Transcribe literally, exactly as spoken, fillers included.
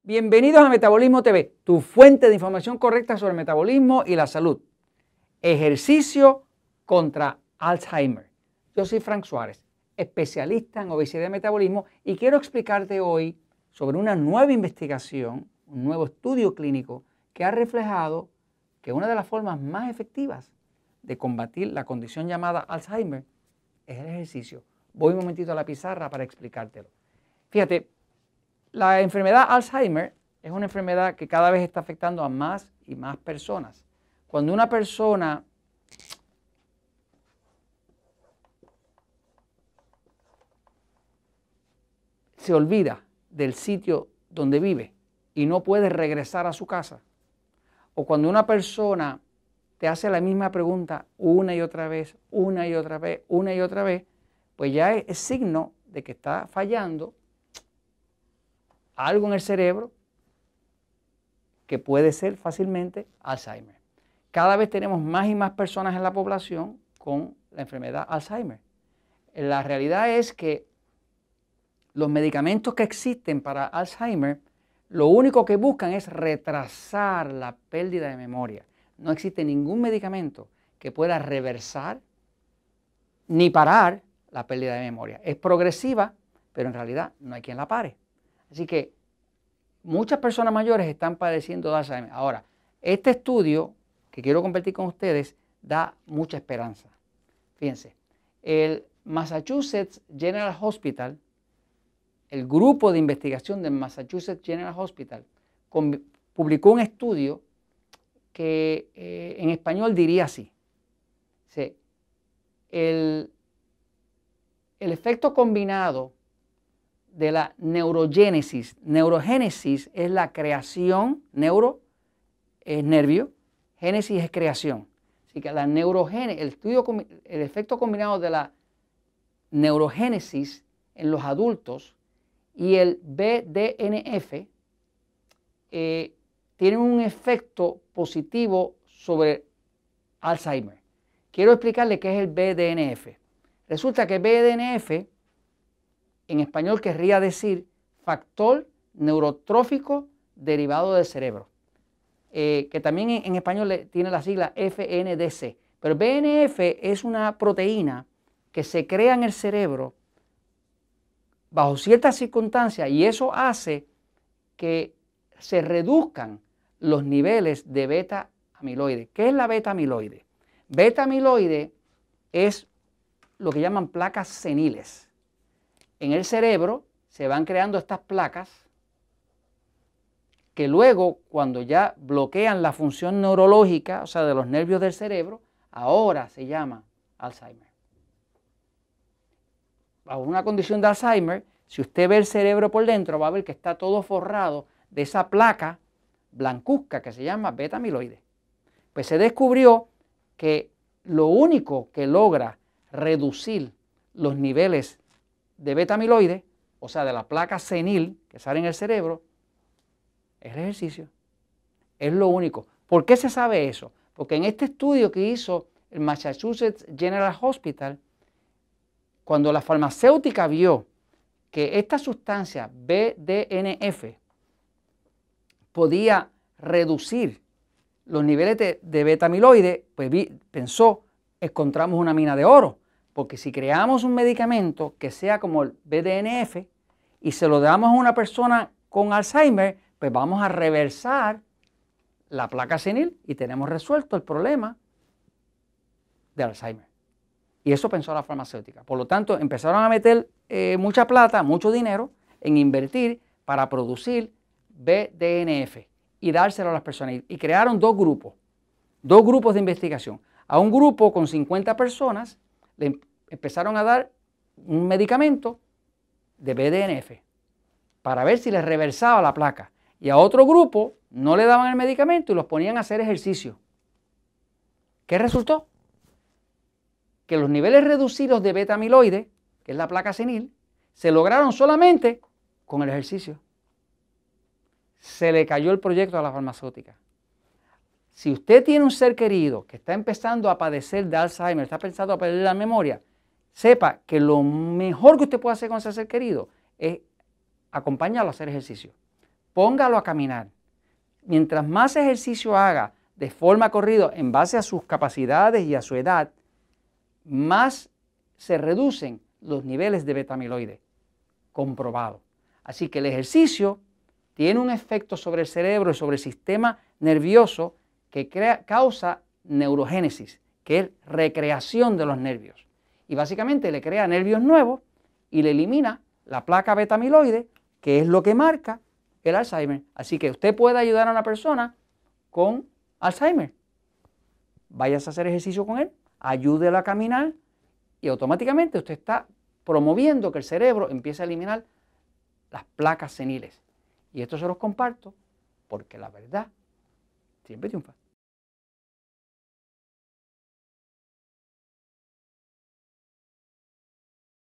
Bienvenidos a Metabolismo T V, tu fuente de información correcta sobre el metabolismo y la salud. Ejercicio contra Alzheimer. Yo soy Frank Suárez, especialista en obesidad y metabolismo, y quiero explicarte hoy sobre una nueva investigación, un nuevo estudio clínico que ha reflejado que una de las formas más efectivas de combatir la condición llamada Alzheimer es el ejercicio. Voy un momentito a la pizarra para explicártelo. Fíjate, la enfermedad Alzheimer es una enfermedad que cada vez está afectando a más y más personas. Cuando una persona se olvida del sitio donde vive y no puede regresar a su casa, o cuando una persona te hace la misma pregunta una y otra vez, una y otra vez, una y otra vez, pues ya es, es signo de que está fallando algo en el cerebro que puede ser fácilmente Alzheimer. Cada vez tenemos más y más personas en la población con la enfermedad Alzheimer. La realidad es que los medicamentos que existen para Alzheimer, lo único que buscan es retrasar la pérdida de memoria. No existe ningún medicamento que pueda reversar ni parar la pérdida de memoria. Es progresiva, pero en realidad no hay quien la pare. Así que muchas personas mayores están padeciendo de Alzheimer. Ahora, este estudio que quiero compartir con ustedes da mucha esperanza. Fíjense, el Massachusetts General Hospital, el grupo de investigación del Massachusetts General Hospital, con, publicó un estudio que eh, en español diría así. Sí, el, el efecto combinado de la neurogénesis. Neurogénesis es la creación, neuro es nervio, génesis es creación. Así que la neurogénesis, el, estudio, el efecto combinado de la neurogénesis en los adultos y el B D N F eh, tienen un efecto positivo sobre Alzheimer. Quiero explicarle qué es el B D N F. Resulta que B D N F en español querría decir factor neurotrófico derivado del cerebro, eh, que también en, en español le, tiene la sigla F N D C. Pero B N F es una proteína que se crea en el cerebro bajo ciertas circunstancias, y eso hace que se reduzcan los niveles de beta amiloide. ¿Qué es la beta amiloide? Beta amiloide es lo que llaman placas seniles. En el cerebro se van creando estas placas que luego, cuando ya bloquean la función neurológica, o sea, de los nervios del cerebro, ahora se llama Alzheimer. Bajo una condición de Alzheimer, si usted ve el cerebro por dentro, va a ver que está todo forrado de esa placa blancuzca que se llama beta amiloide. Pues se descubrió que lo único que logra reducir los niveles de beta amiloide, o sea, de la placa senil que sale en el cerebro, es el ejercicio. Es lo único. ¿Por qué se sabe eso? Porque en este estudio que hizo el Massachusetts General Hospital, cuando la farmacéutica vio que esta sustancia B D N F podía reducir los niveles de, de beta amiloide, pues vi, pensó, encontramos una mina de oro. Porque si creamos un medicamento que sea como el B D N F y se lo damos a una persona con Alzheimer, pues vamos a reversar la placa senil y tenemos resuelto el problema de Alzheimer. Y eso pensó la farmacéutica. Por lo tanto, empezaron a meter eh, mucha plata, mucho dinero en invertir para producir B D N F y dárselo a las personas. Y crearon dos grupos, dos grupos de investigación. A un grupo con cincuenta personas le empezaron a dar un medicamento de B D N F para ver si les reversaba la placa. Y a otro grupo no le daban el medicamento y los ponían a hacer ejercicio. ¿Qué resultó? Que los niveles reducidos de beta amiloide, que es la placa senil, se lograron solamente con el ejercicio. Se le cayó el proyecto a la farmacéutica. Si usted tiene un ser querido que está empezando a padecer de Alzheimer, está pensando a perder la memoria, sepa que lo mejor que usted puede hacer con ese ser querido es acompañarlo a hacer ejercicio. póngalo a caminar. Mientras más ejercicio haga de forma corrida en base a sus capacidades y a su edad, más se reducen los niveles de beta-amiloide, comprobado. Así que el ejercicio tiene un efecto sobre el cerebro y sobre el sistema nervioso que crea, causa neurogénesis, que es recreación de los nervios. Y básicamente le crea nervios nuevos y le elimina la placa beta-amiloide, que es lo que marca el Alzheimer. Así que usted puede ayudar a una persona con Alzheimer. Váyase a hacer ejercicio con él, ayúdelo a caminar y automáticamente usted está promoviendo que el cerebro empiece a eliminar las placas seniles. Y esto se los comparto porque la verdad siempre triunfa.